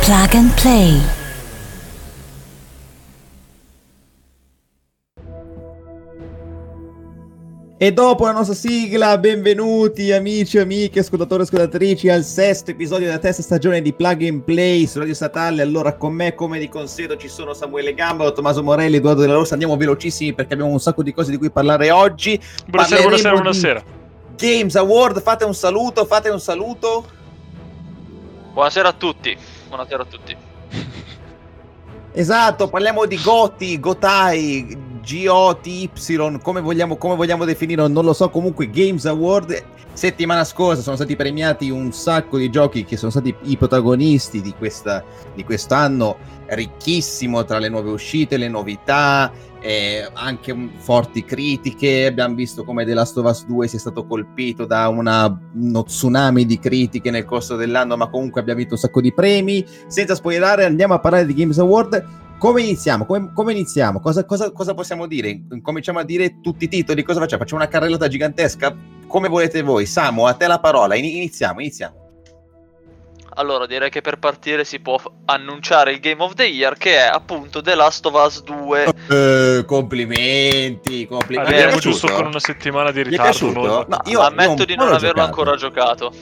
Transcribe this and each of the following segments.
Plug and Play. E dopo la nostra sigla, benvenuti amici, amiche, ascoltatori e ascoltatrici al sesto episodio della terza stagione di Plug and Play su Radio Statale. Allora con me, come di consueto, ci sono Samuele Gambaro, Tommaso Morelli, Edoardo Della Rossa. Andiamo velocissimi perché abbiamo un sacco di cose di cui parlare oggi. Buonasera. Games Award, fate un saluto. Buonasera a tutti. Esatto, parliamo di GOTY, GOTY, GOTY, come vogliamo definirlo, non lo so. Comunque Games Award, settimana scorsa sono stati premiati un sacco di giochi che sono stati i protagonisti di quest'anno, ricchissimo tra le nuove uscite, le novità, anche forti critiche. Abbiamo visto come The Last of Us 2 sia stato colpito da uno tsunami di critiche nel corso dell'anno, ma comunque abbiamo vinto un sacco di premi. Senza spoilerare, andiamo a parlare di Games Award. Come iniziamo? Cosa possiamo dire? Cominciamo a dire tutti i titoli, cosa facciamo? Facciamo una carrellata gigantesca? Come volete voi? Samu, a te la parola, iniziamo. Allora, direi che per partire si può annunciare il Game of the Year, che è appunto The Last of Us 2. Complimenti. Andiamo giusto con una settimana di ritardo. No, ammetto di non averlo ancora giocato.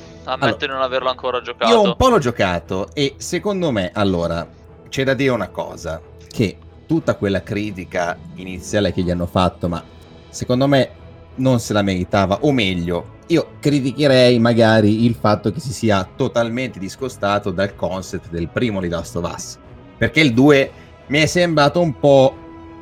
Io un po' l'ho giocato e secondo me, allora, c'è da dire una cosa, che tutta quella critica iniziale che gli hanno fatto, ma secondo me non se la meritava, o meglio, io criticherei magari il fatto che si sia totalmente discostato dal concept del primo di Last of Us, perché il 2 mi è sembrato un po'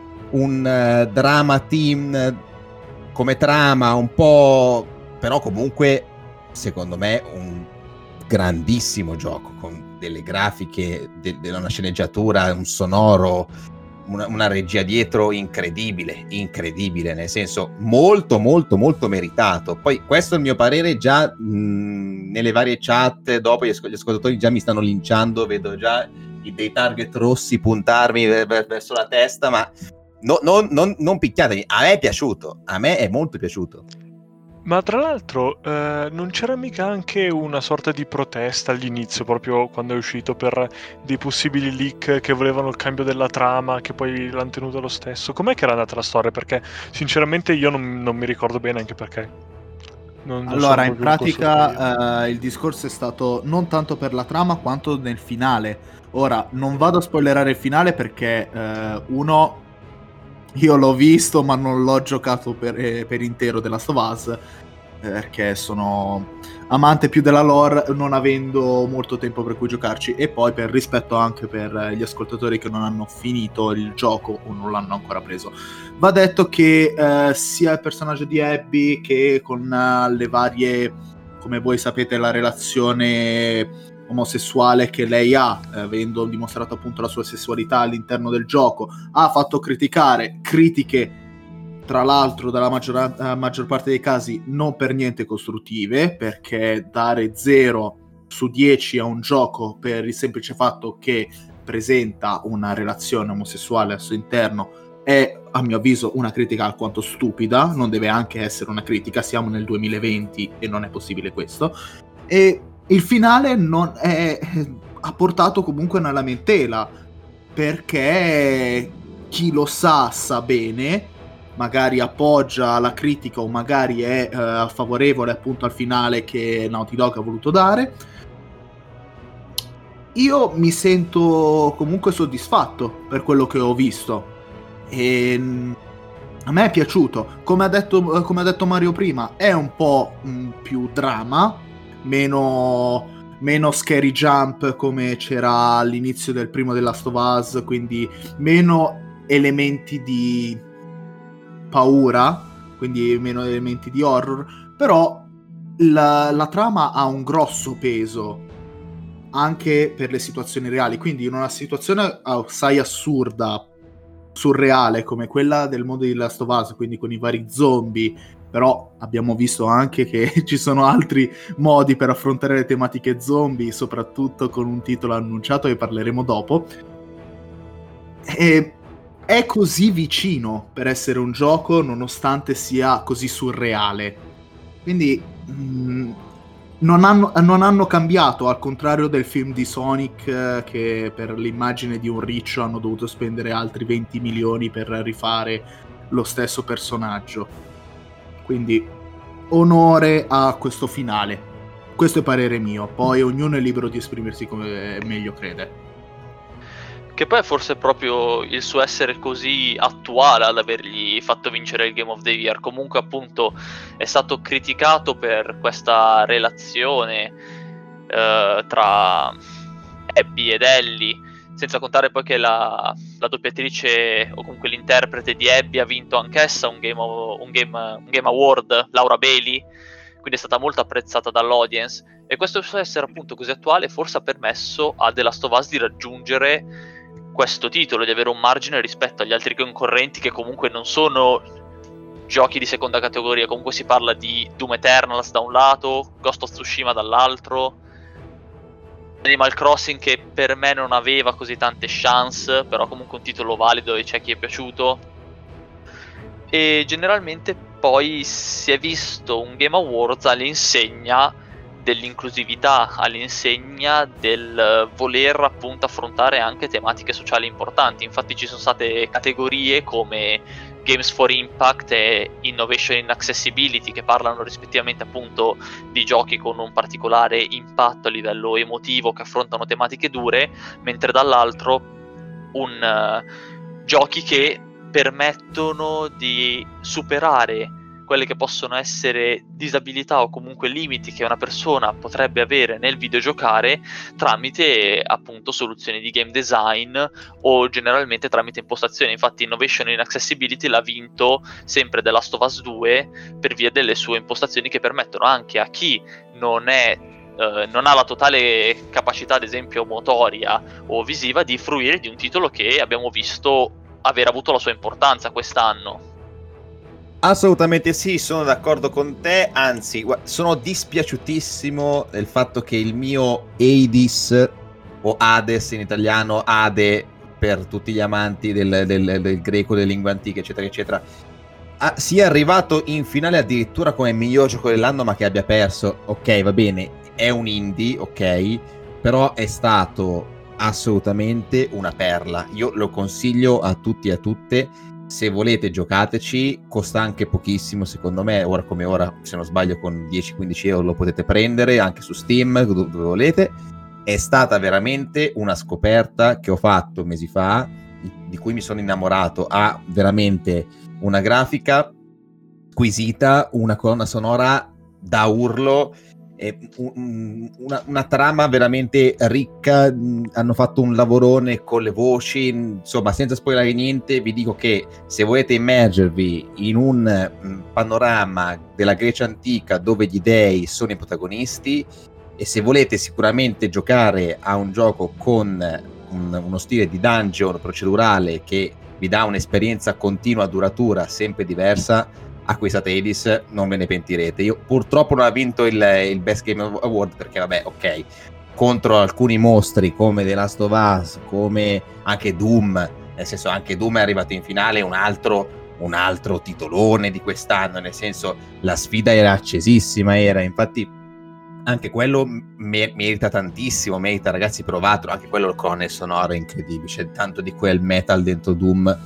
un drama team come trama, un po', però comunque secondo me un grandissimo gioco con delle grafiche, una sceneggiatura, un sonoro, una regia dietro incredibile, nel senso molto meritato. Poi questo è il mio parere, già nelle varie chat dopo gli ascoltatori già mi stanno linciando, vedo già dei target rossi puntarmi verso la testa, ma non picchiatemi, a me è piaciuto, a me è molto piaciuto. Ma tra l'altro non c'era mica anche una sorta di protesta all'inizio, proprio quando è uscito, per dei possibili leak che volevano il cambio della trama, che poi l'hanno tenuto lo stesso? Com'è che era andata la storia? Perché sinceramente io non mi ricordo bene, anche perché allora in pratica il discorso è stato non tanto per la trama quanto nel finale. Ora non vado a spoilerare il finale perché io l'ho visto ma non l'ho giocato per intero The Last of Us, perché sono amante più della lore, non avendo molto tempo per cui giocarci, e poi per rispetto anche per gli ascoltatori che non hanno finito il gioco o non l'hanno ancora preso. Va detto che sia il personaggio di Abby che con le varie, come voi sapete, la relazione omosessuale che lei ha, avendo dimostrato appunto la sua sessualità all'interno del gioco, ha fatto critiche tra l'altro dalla maggior parte dei casi non per niente costruttive, perché dare 0 su 10 a un gioco per il semplice fatto che presenta una relazione omosessuale al suo interno è, a mio avviso, una critica alquanto stupida. Non deve anche essere una critica, siamo nel 2020 e non è possibile questo. E il finale ha portato comunque una lamentela, perché chi lo sa bene, magari appoggia la critica o magari è favorevole appunto al finale che Naughty Dog ha voluto dare. Io mi sento comunque soddisfatto per quello che ho visto e a me è piaciuto. Come ha detto Mario prima, è un po' più drama, meno scary jump come c'era all'inizio del primo The Last of Us, quindi meno elementi di paura, quindi meno elementi di horror, però la trama ha un grosso peso anche per le situazioni reali, quindi in una situazione assai assurda, surreale come quella del mondo di The Last of Us, quindi con i vari zombie, però abbiamo visto anche che ci sono altri modi per affrontare le tematiche zombie, soprattutto con un titolo annunciato che parleremo dopo. E è così vicino per essere un gioco nonostante sia così surreale, quindi non hanno cambiato, al contrario del film di Sonic, che per l'immagine di un riccio hanno dovuto spendere altri 20 milioni per rifare lo stesso personaggio. Quindi onore a questo finale. Questo è parere mio, poi ognuno è libero di esprimersi come meglio crede. Che poi è forse proprio il suo essere così attuale ad avergli fatto vincere il Game of the Year. Comunque appunto è stato criticato per questa relazione tra Abby ed Ellie, senza contare poi che la doppiatrice o comunque l'interprete di Abby ha vinto anch'essa un Game Award, Laura Bailey, quindi è stata molto apprezzata dall'audience, e questo suo essere appunto così attuale forse ha permesso a The Last of Us di raggiungere questo titolo, di avere un margine rispetto agli altri concorrenti che comunque non sono giochi di seconda categoria. Comunque si parla di Doom Eternals da un lato, Ghost of Tsushima dall'altro, Animal Crossing che per me non aveva così tante chance, però comunque un titolo valido e c'è chi è piaciuto. E generalmente poi si è visto un Game Awards all'insegna dell'inclusività, all'insegna del voler appunto affrontare anche tematiche sociali importanti. Infatti ci sono state categorie come Games for Impact e Innovation in Accessibility, che parlano rispettivamente appunto di giochi con un particolare impatto a livello emotivo, che affrontano tematiche dure, mentre dall'altro giochi che permettono di superare quelle che possono essere disabilità o comunque limiti che una persona potrebbe avere nel videogiocare tramite appunto soluzioni di game design o generalmente tramite impostazioni. Infatti Innovation in Accessibility l'ha vinto sempre The Last of Us 2 per via delle sue impostazioni che permettono anche a chi non ha la totale capacità ad esempio motoria o visiva di fruire di un titolo che abbiamo visto aver avuto la sua importanza quest'anno. Assolutamente sì, sono d'accordo con te, anzi sono dispiaciutissimo del fatto che il mio Hades, o Hades in italiano, Ade per tutti gli amanti del greco, delle lingue antiche eccetera eccetera, sia arrivato in finale addirittura come miglior gioco dell'anno, ma che abbia perso. Ok, va bene, è un indie, ok, però è stato assolutamente una perla. Io lo consiglio a tutti e a tutte. Se volete giocateci, costa anche pochissimo secondo me, ora come ora, se non sbaglio con 10-15 euro lo potete prendere anche su Steam, dove volete. È stata veramente una scoperta che ho fatto mesi fa, di cui mi sono innamorato. Ha veramente una grafica squisita, una colonna sonora da urlo, una trama veramente ricca. Hanno fatto un lavorone con le voci, insomma, senza spoilerare niente vi dico che se volete immergervi in un panorama della Grecia antica dove gli dei sono i protagonisti, e se volete sicuramente giocare a un gioco con uno stile di dungeon procedurale che vi dà un'esperienza continua, duratura, sempre diversa, acquistate Hades, non ve ne pentirete. Io purtroppo non ha vinto il Best Game Award perché vabbè, ok, contro alcuni mostri come The Last of Us, come anche Doom, nel senso anche Doom è arrivato in finale, un altro titolone di quest'anno, nel senso la sfida era accesissima, infatti anche quello merita tantissimo, merita, ragazzi, provatelo, anche quello con il sonoro è incredibile, c'è tanto di quel metal dentro Doom,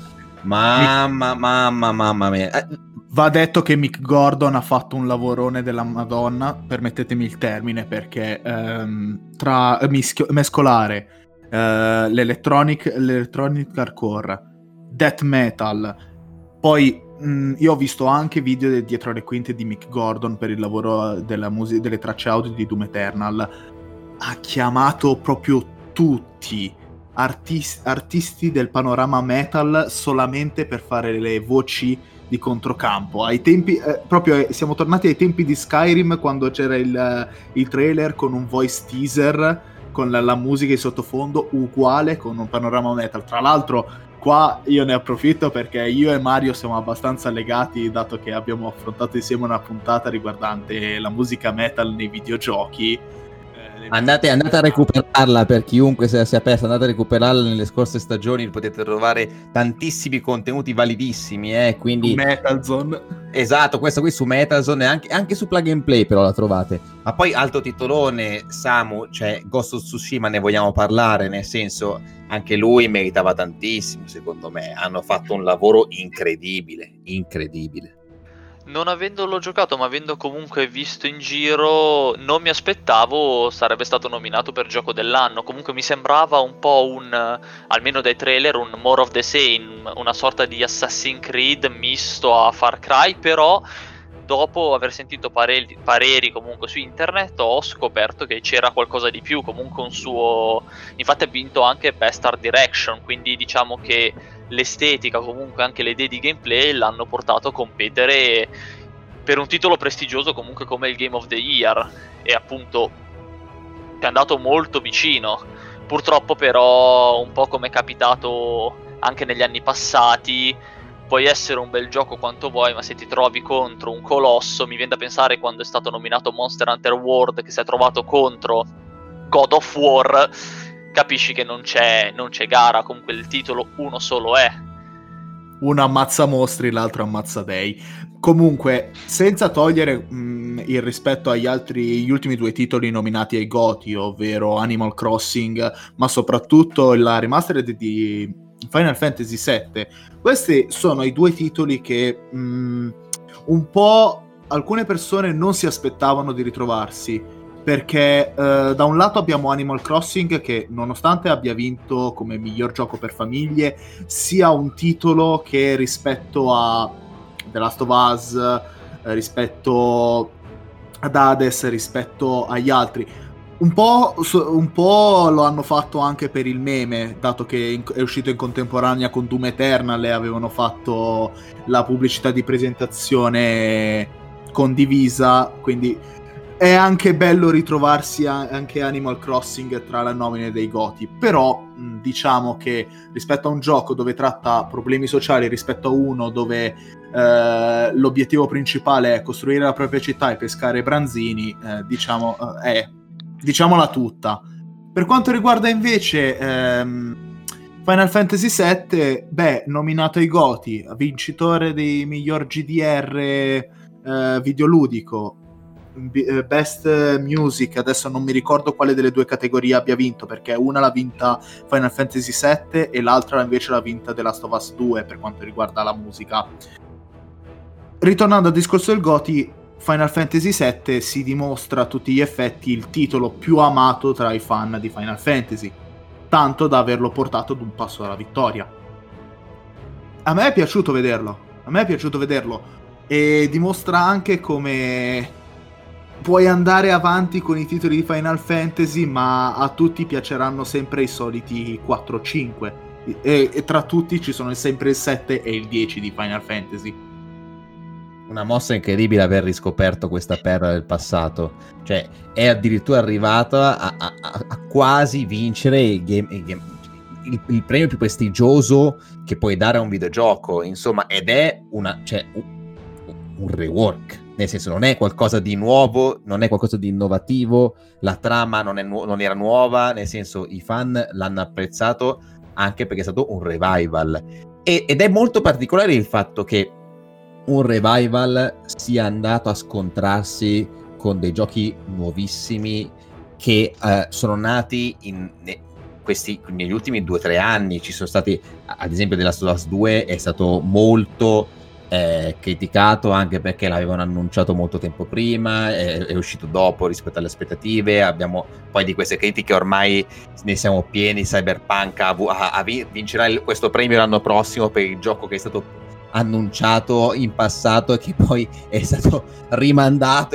mamma mia. Va detto che Mick Gordon ha fatto un lavorone della Madonna, permettetemi il termine, perché tra mescolare l'electronic hardcore, death metal, poi io ho visto anche video dietro le quinte di Mick Gordon per il lavoro delle tracce audio di Doom Eternal. Ha chiamato proprio tutti artisti del panorama metal solamente per fare le voci di controcampo. Ai tempi proprio siamo tornati ai tempi di Skyrim, quando c'era il trailer con un voice teaser con la musica in sottofondo uguale, con un panorama metal. Tra l'altro qua io ne approfitto perché io e Mario siamo abbastanza legati, dato che abbiamo affrontato insieme una puntata riguardante la musica metal nei videogiochi. Andate a recuperarla, per chiunque sia persa, andate a recuperarla nelle scorse stagioni, potete trovare tantissimi contenuti validissimi, quindi... Metalzone. Esatto, questa qui su Metalzone e anche su Plug and Play però la trovate. Ma poi altro titolone, Samu, cioè Ghost of Tsushima, ne vogliamo parlare, nel senso anche lui meritava tantissimo, secondo me. Hanno fatto un lavoro incredibile. Non avendolo giocato, ma avendo comunque visto in giro, non mi aspettavo sarebbe stato nominato per gioco dell'anno. Comunque mi sembrava un po' almeno dai trailer, un more of the same, una sorta di Assassin's Creed misto a Far Cry, però dopo aver sentito pareri comunque su internet ho scoperto che c'era qualcosa di più, comunque un suo... Infatti ha vinto anche Best Art Direction, quindi diciamo che l'estetica, comunque anche le idee di gameplay l'hanno portato a competere per un titolo prestigioso comunque come il Game of the Year, e appunto è andato molto vicino. Purtroppo però, un po' come è capitato anche negli anni passati, puoi essere un bel gioco quanto vuoi, ma se ti trovi contro un colosso, mi viene da pensare quando è stato nominato Monster Hunter World, che si è trovato contro God of War, capisci che non c'è gara. Comunque il titolo uno solo è. Uno ammazza mostri, l'altro ammazza dei. Comunque, senza togliere il rispetto agli ultimi due titoli nominati ai GOTY, ovvero Animal Crossing, ma soprattutto la remastered di Final Fantasy VII, questi sono i due titoli che un po' alcune persone non si aspettavano di ritrovarsi. Perché da un lato abbiamo Animal Crossing che, nonostante abbia vinto come miglior gioco per famiglie, sia un titolo che rispetto a The Last of Us, rispetto ad Hades, rispetto agli altri, un po' lo hanno fatto anche per il meme, dato che è uscito in contemporanea con Doom Eternal e avevano fatto la pubblicità di presentazione condivisa, quindi è anche bello ritrovarsi anche Animal Crossing tra le nomine dei GOTY. Però diciamo che rispetto a un gioco dove tratta problemi sociali, rispetto a uno dove l'obiettivo principale è costruire la propria città e pescare branzini, diciamola tutta. Per quanto riguarda invece Final Fantasy VII, nominato ai GOTY, vincitore di miglior GDR videoludico, Best Music, adesso non mi ricordo quale delle due categorie abbia vinto, perché una l'ha vinta Final Fantasy VII e l'altra invece l'ha vinta The Last of Us 2 per quanto riguarda la musica. Ritornando al discorso del GOTY, Final Fantasy VII si dimostra a tutti gli effetti il titolo più amato tra i fan di Final Fantasy, tanto da averlo portato ad un passo alla vittoria. A me è piaciuto vederlo e dimostra anche come puoi andare avanti con i titoli di Final Fantasy, ma a tutti piaceranno sempre i soliti 4-5 e tra tutti ci sono sempre il 7 e il 10 di Final Fantasy. Una mossa incredibile aver riscoperto questa perla del passato, cioè è addirittura arrivata a quasi vincere il premio più prestigioso che puoi dare a un videogioco, insomma, ed è un rework. Nel senso, non è qualcosa di nuovo, non è qualcosa di innovativo, la trama non era nuova, nel senso i fan l'hanno apprezzato anche perché è stato un revival. Ed è molto particolare il fatto che un revival sia andato a scontrarsi con dei giochi nuovissimi che sono nati negli ultimi 2 o 3 anni. Ci sono stati, ad esempio, The Last of Us 2 è stato molto criticato anche perché l'avevano annunciato molto tempo prima, è uscito dopo rispetto alle aspettative. Abbiamo poi di queste critiche, ormai ne siamo pieni. Cyberpunk vincerà questo premio l'anno prossimo per il gioco che è stato annunciato in passato e che poi è stato rimandato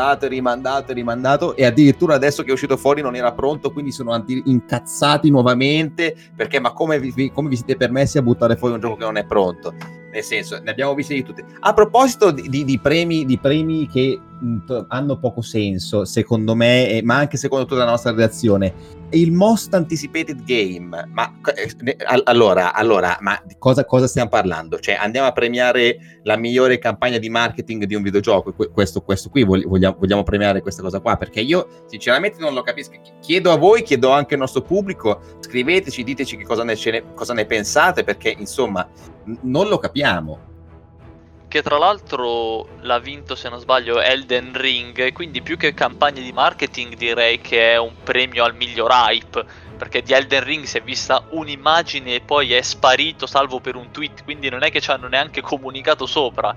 e addirittura adesso che è uscito fuori non era pronto, quindi sono incazzati nuovamente perché ma come vi siete permessi a buttare fuori un gioco che non è pronto? Nel senso, ne abbiamo visti di tutte. A proposito di premi che hanno poco senso, secondo me, ma anche secondo tutta la nostra redazione. Il most anticipated game, ma allora, ma di cosa stiamo parlando? Cioè, andiamo a premiare la migliore campagna di marketing di un videogioco? Questo qui vogliamo premiare questa cosa qua? Perché io sinceramente non lo capisco. Chiedo a voi, chiedo anche al nostro pubblico, scriveteci, diteci che cosa ne pensate, perché insomma non lo capiamo. Che tra l'altro l'ha vinto, se non sbaglio, Elden Ring, e quindi più che campagne di marketing direi che è un premio al miglior hype, perché di Elden Ring si è vista un'immagine e poi è sparito salvo per un tweet, quindi non è che ci hanno neanche comunicato sopra.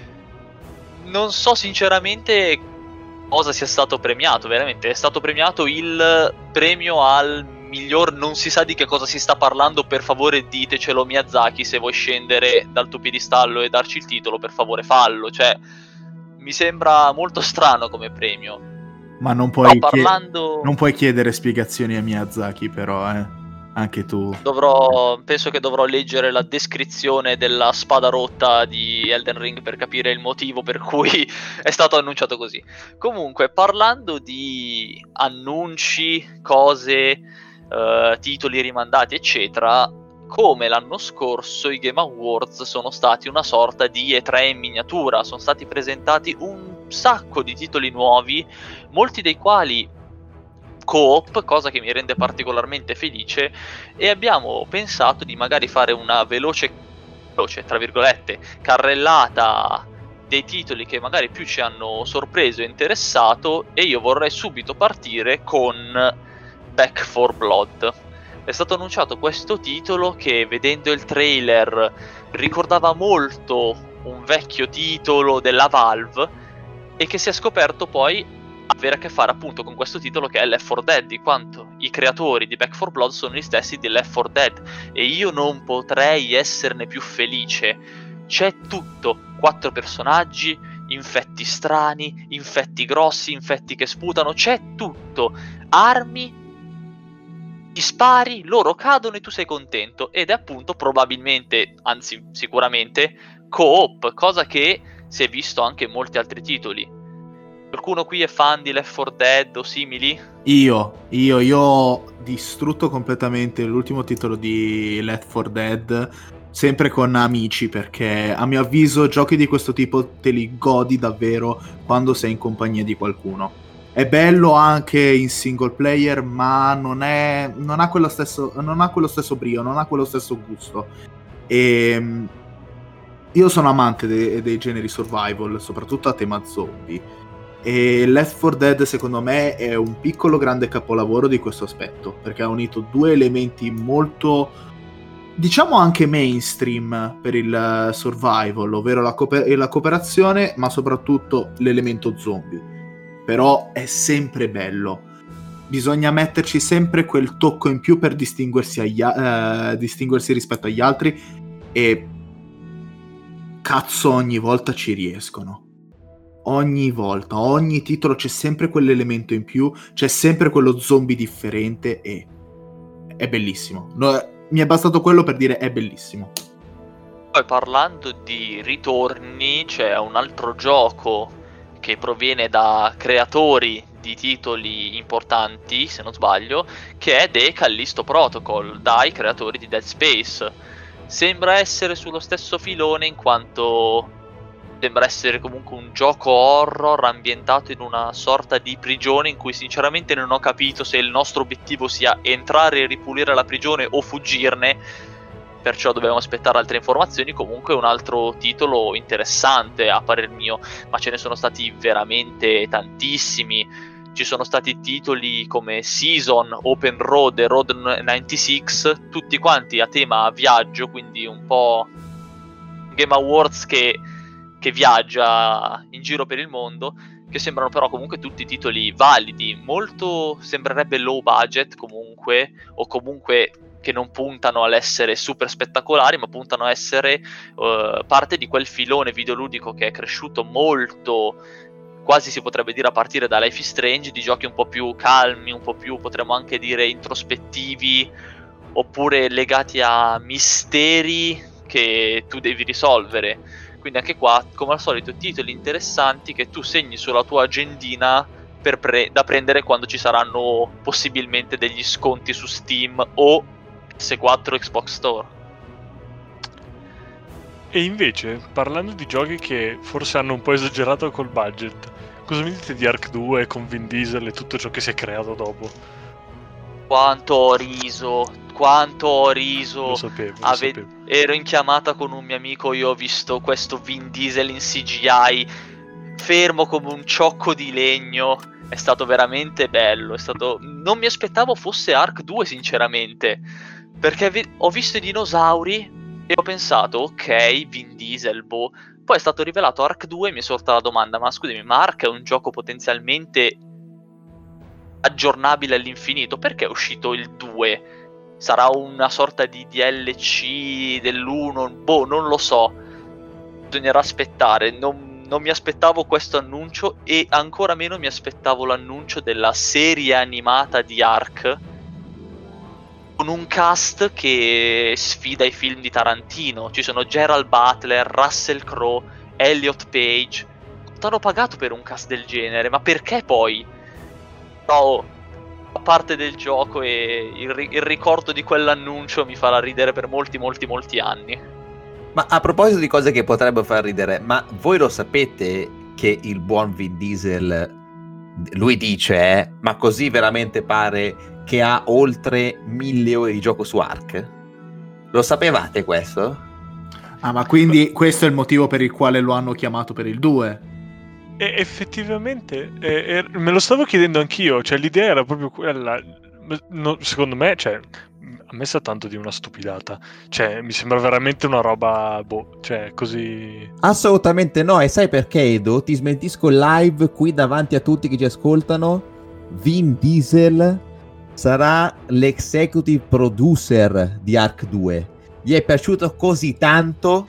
Non so sinceramente cosa sia stato premiato, veramente è stato premiato il premio al miglior non si sa di che cosa si sta parlando, per favore ditecelo Miyazaki, se vuoi scendere dal tuo piedistallo e darci il titolo per favore fallo, cioè mi sembra molto strano come premio. Ma non puoi, parlando... non puoi chiedere spiegazioni a Miyazaki però, anche tu. Penso che dovrò leggere la descrizione della spada rotta di Elden Ring per capire il motivo per cui è stato annunciato così. Comunque, parlando di annunci, cose, titoli rimandati eccetera, come l'anno scorso i Game Awards sono stati una sorta di E3 in miniatura, sono stati presentati un sacco di titoli nuovi, molti dei quali co-op, cosa che mi rende particolarmente felice, e abbiamo pensato di magari fare una veloce tra virgolette carrellata dei titoli che magari più ci hanno sorpreso e interessato, e io vorrei subito partire con Back 4 Blood. È stato annunciato questo titolo che, vedendo il trailer, ricordava molto un vecchio titolo della Valve e che si è scoperto poi avere a che fare appunto con questo titolo che è Left 4 Dead, di quanto i creatori di Back 4 Blood sono gli stessi di Left 4 Dead, e io non potrei esserne più felice. C'è tutto, 4 personaggi, infetti strani, infetti grossi, infetti che sputano, c'è tutto, armi, ti spari, loro cadono e tu sei contento, ed è appunto probabilmente, anzi sicuramente, co-op, cosa che si è visto anche in molti altri titoli. Qualcuno qui è fan di Left 4 Dead o simili? Io ho distrutto completamente l'ultimo titolo di Left 4 Dead, sempre con amici, perché a mio avviso giochi di questo tipo te li godi davvero quando sei in compagnia di qualcuno. È bello anche in single player, ma non ha quello stesso brio, non ha quello stesso gusto. E io sono amante dei generi survival, soprattutto a tema zombie, e Left 4 Dead secondo me è un piccolo grande capolavoro di questo aspetto, perché ha unito due elementi molto, diciamo, anche mainstream per il survival, ovvero la cooperazione, ma soprattutto l'elemento zombie. Però è sempre bello, bisogna metterci sempre quel tocco in più per distinguersi rispetto agli altri, e cazzo ogni volta ci riescono. Ogni volta, ogni titolo c'è sempre quell'elemento in più, c'è sempre quello zombie differente, e è bellissimo. Mi è bastato quello per dire è bellissimo. Poi, parlando di ritorni, c'è un altro gioco che proviene da creatori di titoli importanti, se non sbaglio, che è The Callisto Protocol, dai creatori di Dead Space. Sembra essere sullo stesso filone, in quanto sembra essere comunque un gioco horror ambientato in una sorta di prigione, in cui sinceramente non ho capito se il nostro obiettivo sia entrare e ripulire la prigione o fuggirne, perciò dobbiamo aspettare altre informazioni. Comunque un altro titolo interessante a parer mio, ma ce ne sono stati veramente tantissimi. Ci sono stati titoli come Season, Open Road e Road 96, tutti quanti a tema viaggio, quindi un po' Game Awards che viaggia in giro per il mondo, che sembrano però comunque tutti titoli validi. Molto sembrerebbe low budget comunque, o comunque che non puntano all'essere super spettacolari, ma puntano a essere parte di quel filone videoludico che è cresciuto molto, quasi si potrebbe dire a partire da Life is Strange, di giochi un po' più calmi, un po' più, potremmo anche dire, introspettivi, oppure legati a misteri che tu devi risolvere. Quindi anche qua, come al solito, titoli interessanti che tu segni sulla tua agendina da prendere quando ci saranno possibilmente degli sconti su Steam o PS4 Xbox Store. E invece, parlando di giochi che forse hanno un po' esagerato col budget, cosa mi dite di Ark 2 con Vin Diesel e tutto ciò che si è creato dopo? Quanto ho riso. Lo sapevo. Ero in chiamata con un mio amico, io ho visto questo Vin Diesel in CGI fermo come un ciocco di legno. È stato veramente bello. Non mi aspettavo fosse Ark 2 sinceramente, perché ho visto i dinosauri e ho pensato ok, Vin Diesel, boh. Poi è stato rivelato Ark 2 e mi è sorta la domanda: ma scusami, ma Ark è un gioco potenzialmente aggiornabile all'infinito, perché è uscito il 2? Sarà una sorta di DLC dell'1? Boh, non lo so, bisognerà aspettare. Non mi aspettavo questo annuncio, e ancora meno mi aspettavo l'annuncio della serie animata di Ark, con un cast che sfida i film di Tarantino. Ci sono Gerald Butler, Russell Crowe, Elliot Page. T'hanno pagato per un cast del genere, ma perché poi? No, a parte del gioco, e il ricordo di quell'annuncio mi farà ridere per molti anni. Ma a proposito di cose che potrebbero far ridere, ma voi lo sapete che il buon Vin Diesel, lui dice, ma così veramente pare che ha oltre 1000 ore di gioco su Ark? Lo sapevate questo? Ah, ma quindi questo è il motivo per il quale lo hanno chiamato per il 2? E effettivamente me lo stavo chiedendo anch'io, cioè l'idea era proprio quella. Secondo me, cioè, a me sa tanto di una stupidata, cioè mi sembra veramente una roba, cioè così. Assolutamente no, e sai perché, Edo? Ti smentisco live qui davanti a tutti che ci ascoltano. Vin Diesel sarà l'executive producer di Ark 2. Gli è piaciuto così tanto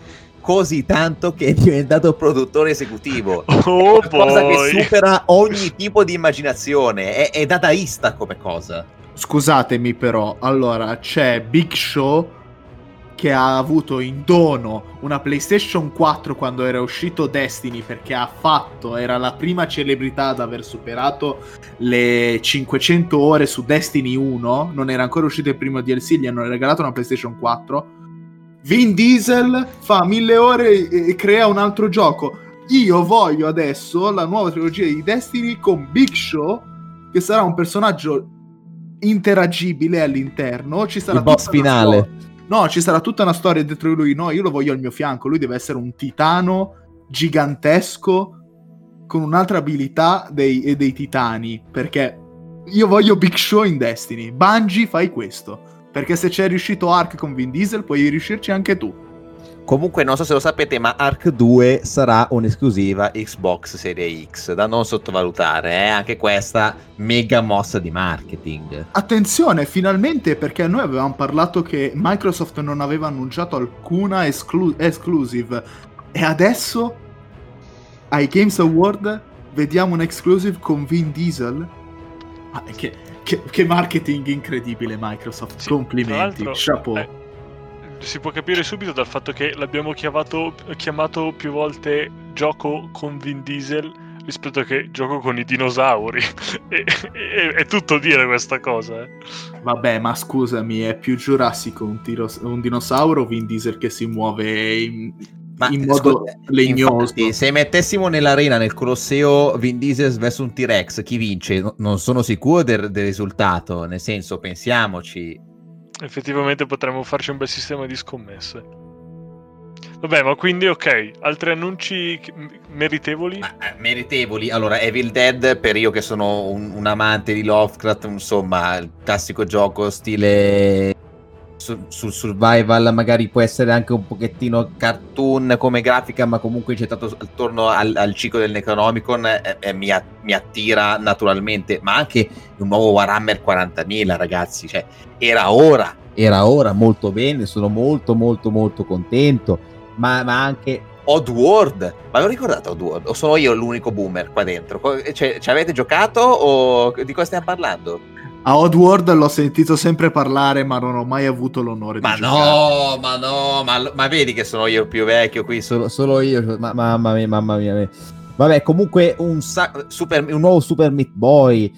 che è diventato produttore esecutivo. Oh, cosa che supera ogni tipo di immaginazione, è dadaista come cosa. Scusatemi però, allora c'è Big Show che ha avuto in dono una PlayStation 4 quando era uscito Destiny, perché era la prima celebrità ad aver superato le 500 ore su Destiny 1, non era ancora uscito il primo DLC, gli hanno regalato una PlayStation 4. Vin Diesel fa 1000 ore e crea un altro gioco. Io voglio adesso la nuova trilogia di Destiny con Big Show, che sarà un personaggio interagibile all'interno. Ci sarà il boss finale. No, ci sarà tutta una storia dietro di lui. No, io lo voglio al mio fianco. Lui deve essere un titano gigantesco con un'altra abilità dei titani, perché io voglio Big Show in Destiny. Bungie, fai questo, perché se c'è riuscito Ark con Vin Diesel puoi riuscirci anche tu. Comunque non so se lo sapete, ma Ark 2 sarà un'esclusiva Xbox Series X, da non sottovalutare, anche questa mega mossa di marketing. Attenzione, finalmente, perché noi avevamo parlato che Microsoft non aveva annunciato alcuna exclusive, e adesso ai Games Award vediamo un exclusive con Vin Diesel. Che marketing incredibile, Microsoft, sì, complimenti, chapeau. Si può capire subito dal fatto che l'abbiamo chiamato più volte gioco con Vin Diesel rispetto che gioco con i dinosauri. È tutto dire questa cosa. Vabbè, ma scusami, è più giurassico un dinosauro o Vin Diesel che si muove in modo legnoso? Infatti, se mettessimo nell'arena, nel Colosseo, Vin Diesel verso un T-Rex, chi vince? Non sono sicuro del risultato, nel senso, pensiamoci. Effettivamente potremmo farci un bel sistema di scommesse. Vabbè, ma quindi ok, altri annunci meritevoli? Meritevoli, allora Evil Dead, per io che sono un amante di Lovecraft, insomma, il classico gioco stile sul survival, magari può essere anche un pochettino cartoon come grafica, ma comunque incentrato attorno al ciclo del Necronomicon, mi attira naturalmente. Ma anche un nuovo Warhammer 40.000, ragazzi, cioè era ora, molto bene, sono molto contento. Ma anche Oddworld, ma lo ricordate Oddworld? O sono io l'unico boomer qua dentro? Cioè, ci avete giocato o di cosa stiamo parlando? A Oddworld l'ho sentito sempre parlare, ma non ho mai avuto l'onore di giocare. Ma vedi che sono io il più vecchio qui, solo io. Mamma mia. Vabbè, comunque un nuovo Super Meat Boy.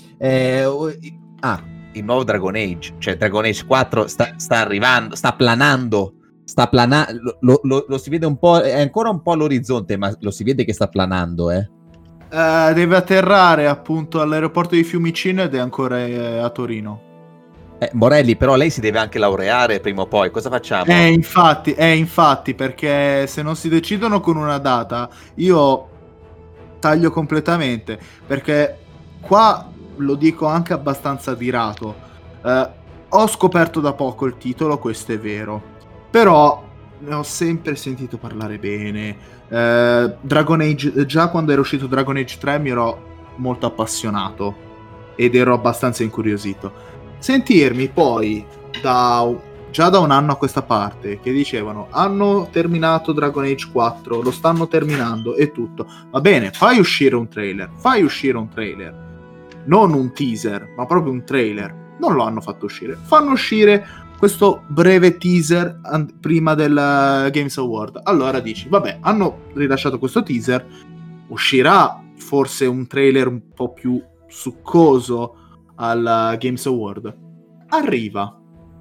Il nuovo Dragon Age, cioè Dragon Age 4 sta arrivando, sta planando. Lo si vede un po', è ancora un po' all'orizzonte, ma lo si vede che sta planando, Deve atterrare appunto all'aeroporto di Fiumicino ed è ancora a Torino. Morelli, però lei si deve anche laureare prima o poi, cosa facciamo? Infatti, perché se non si decidono con una data, io taglio completamente, perché qua lo dico anche abbastanza dirato. Ho scoperto da poco il titolo, questo è vero, però ne ho sempre sentito parlare bene. Dragon Age, già quando era uscito Dragon Age 3 mi ero molto appassionato ed ero abbastanza incuriosito. Sentirmi poi già da un anno a questa parte che dicevano hanno terminato Dragon Age 4, lo stanno terminando e tutto, va bene, fai uscire un trailer, non un teaser ma proprio un trailer. Non lo hanno fatto uscire, fanno uscire questo breve teaser prima del Games Award. Allora dici, vabbè, hanno rilasciato questo teaser, uscirà forse un trailer un po' più succoso al Games Award. Arriva,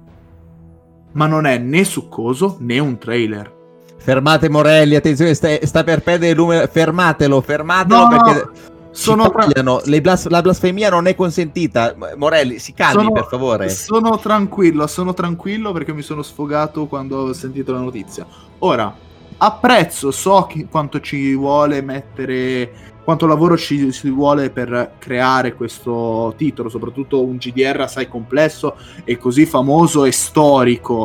ma non è né succoso né un trailer. Fermate Morelli, attenzione, sta per perdere il numero. Fermatelo No, perché la blasfemia non è consentita. Morelli, si calmi per favore. Sono tranquillo perché mi sono sfogato quando ho sentito la notizia. Ora, apprezzo, quanto ci vuole mettere, quanto lavoro ci vuole per creare questo titolo, soprattutto un GDR assai complesso e così famoso e storico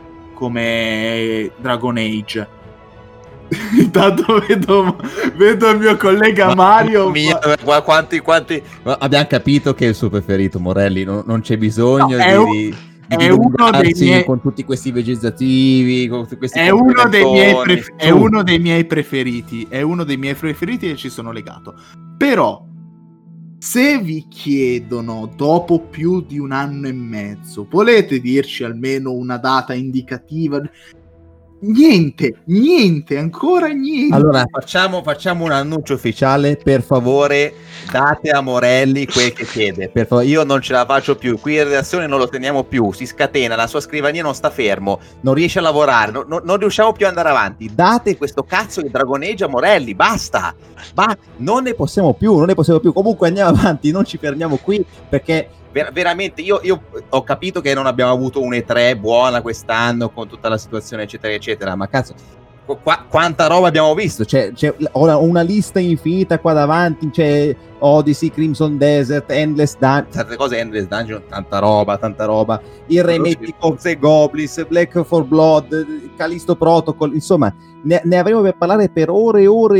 come Dragon Age. Intanto vedo il mio collega Mario. Quanti abbiamo capito che è il suo preferito, Morelli. Non c'è bisogno di è uno dei miei, con tutti questi vegetativi, con questi è uno dei miei preferiti e ci sono legato. Però se vi chiedono dopo più di un anno e mezzo, volete dirci almeno una data indicativa? Niente, ancora niente. Allora facciamo un annuncio ufficiale, per favore date a Morelli quel che chiede, per favore. Io non ce la faccio più, qui in redazione non lo teniamo più, si scatena, la sua scrivania non sta fermo, non riesce a lavorare, non riusciamo più ad andare avanti. Date questo cazzo di Dragon Age a Morelli, basta, non ne possiamo più. Comunque andiamo avanti, non ci fermiamo qui perché veramente io ho capito che non abbiamo avuto un E3 buona quest'anno con tutta la situazione eccetera, ma cazzo, quanta roba abbiamo visto, c'è una lista infinita qua davanti, c'è Odyssey, Crimson Desert, Endless Dungeon, tanta roba, il remake di Cops e Goblins, Black 4 Blood, Callisto Protocol, insomma ne avremo per parlare per ore.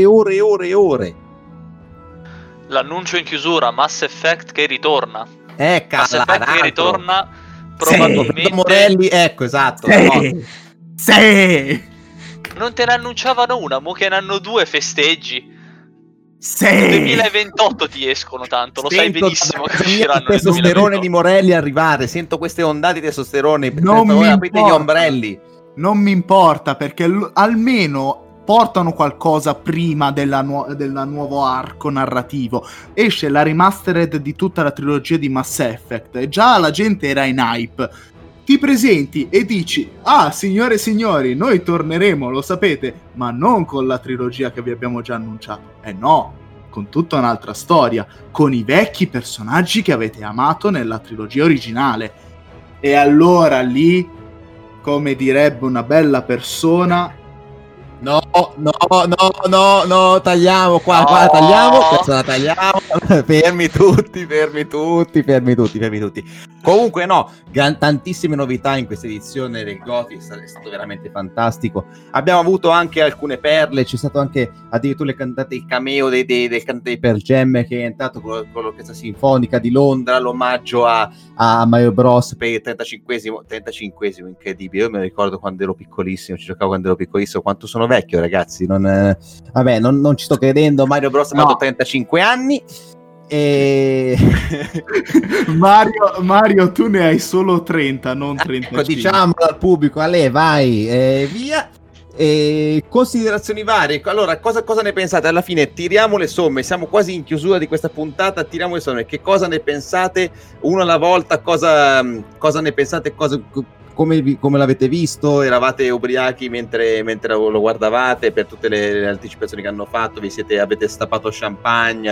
L'annuncio in chiusura, Mass Effect che ritorna. Mass Effect che ritorna probabilmente. Morelli, ecco, esatto. Sì. Non te ne annunciavano una, mo che ne hanno due, festeggi. Sì. 2028 ti escono tanto, lo sai benissimo che usciranno il testosterone di Morelli arrivare, sento queste ondate di testosterone, non mi aprite gli ombrelli. Non mi importa, perché almeno portano qualcosa prima del nuovo arco narrativo. Esce la remastered di tutta la trilogia di Mass Effect e già la gente era in hype. Ti presenti e dici: ah, signore e signori, noi torneremo, lo sapete, ma non con la trilogia che vi abbiamo già annunciato. No, con tutta un'altra storia, con i vecchi personaggi che avete amato nella trilogia originale. E allora lì, come direbbe una bella persona, No, tagliamo qua, tagliamo, questa la tagliamo. Fermi tutti. Comunque no, tantissime novità in questa edizione del GOTY, è stato veramente fantastico. Abbiamo avuto anche alcune perle, c'è stato anche addirittura il cameo dei cantanti di Pearl Jam che è entrato con l'orchestra sinfonica di Londra, l'omaggio a Mario Bros per il 35esimo, incredibile. Io me lo ricordo quando ero piccolissimo, ci giocavo quando ero piccolissimo, quanto sono vecchio, ragazzi, non ci sto credendo. Mario Bros ha fatto 35 anni. E... Mario, tu ne hai solo 30, non 35. Ecco, diciamolo al pubblico, Ale, vai, via. Considerazioni varie. Allora, cosa ne pensate? Alla fine tiriamo le somme, siamo quasi in chiusura di questa puntata, tiriamo le somme. Che cosa ne pensate? Uno alla volta, cosa ne pensate? Come l'avete visto? Eravate ubriachi mentre lo guardavate per tutte le anticipazioni che hanno fatto? Avete stappato champagne?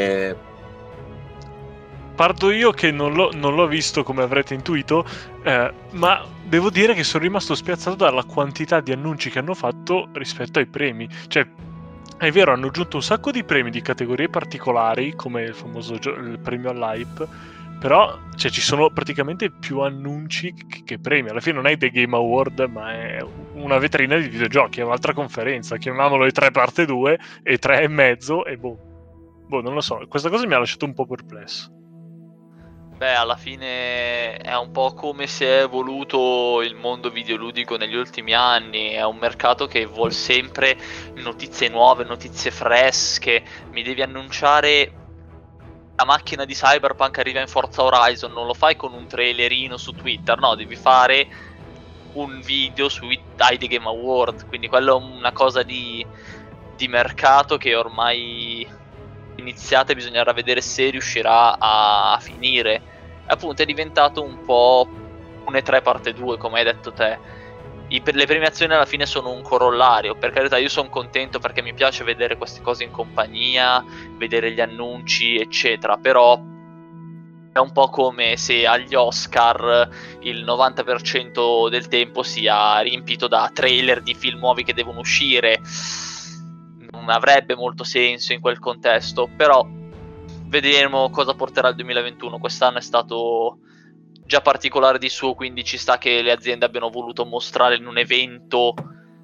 Parto io che non l'ho visto, come avrete intuito, ma devo dire che sono rimasto spiazzato dalla quantità di annunci che hanno fatto rispetto ai premi. Cioè, è vero, hanno aggiunto un sacco di premi di categorie particolari, come il famoso il premio all'hype, però cioè, ci sono praticamente più annunci che premi. Alla fine non è The Game Award, ma è una vetrina di videogiochi, è un'altra conferenza, chiamiamolo E3 parte 2, E3 e mezzo, e boh, non lo so, questa cosa mi ha lasciato un po' perplesso. Beh, alla fine è un po' come si è evoluto il mondo videoludico negli ultimi anni. È un mercato che vuol sempre notizie nuove, notizie fresche. Mi devi annunciare la macchina di Cyberpunk arriva in Forza Horizon, non lo fai con un trailerino su Twitter, no, devi fare un video ai The Game Award. Quindi quello è una cosa di mercato che ormai iniziata e bisognerà vedere se riuscirà a finire. Appunto è diventato un po' un E3 parte 2, come hai detto te. Le premiazioni alla fine sono un corollario. Per carità, io sono contento perché mi piace vedere queste cose in compagnia, vedere gli annunci eccetera, però è un po' come se agli Oscar il 90% del tempo sia riempito da trailer di film nuovi che devono uscire. Non avrebbe molto senso in quel contesto, però vedremo cosa porterà il 2021. Quest'anno è stato già particolare di suo, quindi ci sta che le aziende abbiano voluto mostrare in un evento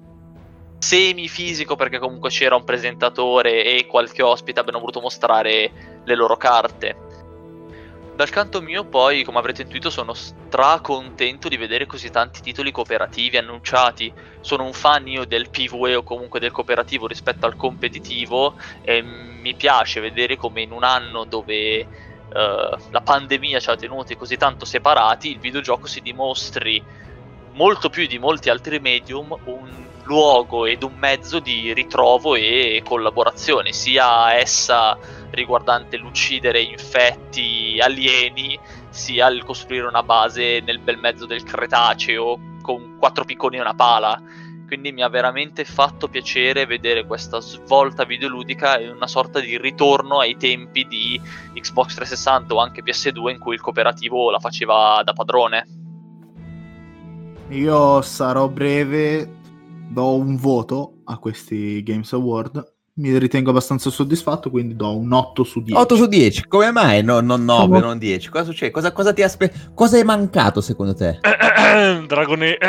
semifisico, perché comunque c'era un presentatore e qualche ospite, abbiano voluto mostrare le loro carte. Dal canto mio poi, come avrete intuito, sono stracontento di vedere così tanti titoli cooperativi annunciati. Sono un fan io del PvE o comunque del cooperativo rispetto al competitivo, e mi piace vedere come in un anno dove la pandemia ci ha tenuti così tanto separati, il videogioco si dimostri molto più di molti altri medium un luogo ed un mezzo di ritrovo e collaborazione, sia essa riguardante l'uccidere infetti alieni, sia il costruire una base nel bel mezzo del Cretaceo con 4 picconi e una pala. Quindi mi ha veramente fatto piacere vedere questa svolta videoludica e una sorta di ritorno ai tempi di Xbox 360 o anche PS2, in cui il cooperativo la faceva da padrone. Io sarò breve, do un voto a questi Games Award. Mi ritengo abbastanza soddisfatto, quindi do un 8 su 10. 8 su 10, come mai? Non 9, non 10. Cosa succede? Cosa ti cosa è mancato secondo te? Dragone.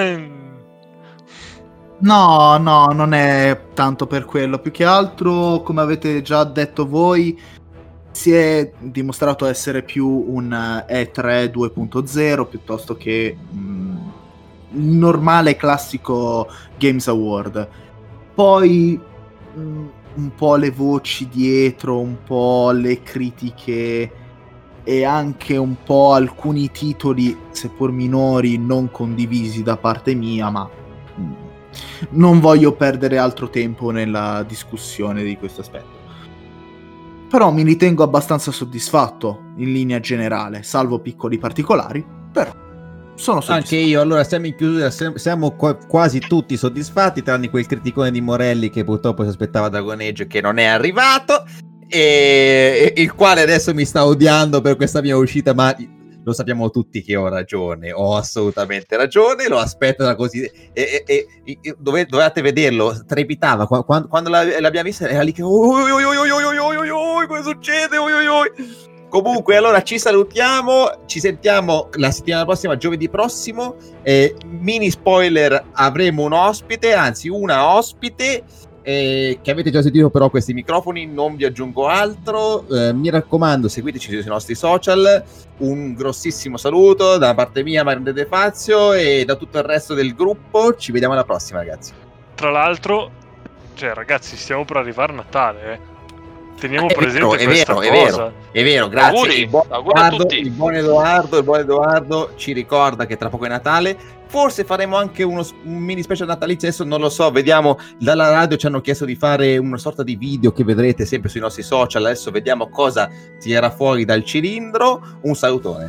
No, non è tanto per quello. Più che altro, come avete già detto voi, si è dimostrato essere più un E3 2.0 piuttosto che il normale classico Games Award. Poi un po' le voci dietro, un po' le critiche e anche un po' alcuni titoli, seppur minori, non condivisi da parte mia, ma non voglio perdere altro tempo nella discussione di questo aspetto. Però mi ritengo abbastanza soddisfatto in linea generale, salvo piccoli particolari, però sono soddisfatto. Anche io. Allora siamo in chiusura, siamo quasi tutti soddisfatti, tranne quel criticone di Morelli che purtroppo si aspettava Dragon Age, che non è arrivato, e il quale adesso mi sta odiando per questa mia uscita, ma lo sappiamo tutti che ho ragione, ho assolutamente ragione, lo aspetto da così, e dovete vederlo, trepitava quando l'abbiamo vista, era lì che cosa succede? Comunque, allora ci salutiamo, ci sentiamo la settimana prossima, giovedì prossimo. Mini spoiler, avremo un ospite, anzi una ospite, che avete già sentito, però questi microfoni, non vi aggiungo altro. Mi raccomando, seguiteci sui nostri social. Un grossissimo saluto da parte mia, Mario De Fazio, e da tutto il resto del gruppo. Ci vediamo alla prossima, ragazzi. Tra l'altro, cioè ragazzi, stiamo per arrivare a Natale, Teniamo È presente vero, questa è cosa. vero, grazie. Auguri, auguri a tutti. Il buon Edoardo ci ricorda che tra poco è Natale. Forse faremo anche un mini special natalizio, adesso non lo so, vediamo. Dalla radio ci hanno chiesto di fare una sorta di video che vedrete sempre sui nostri social, adesso vediamo cosa tirerà fuori dal cilindro. Un salutone.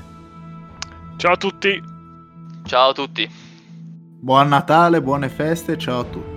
Ciao a tutti. Ciao a tutti. Buon Natale, buone feste, ciao a tutti.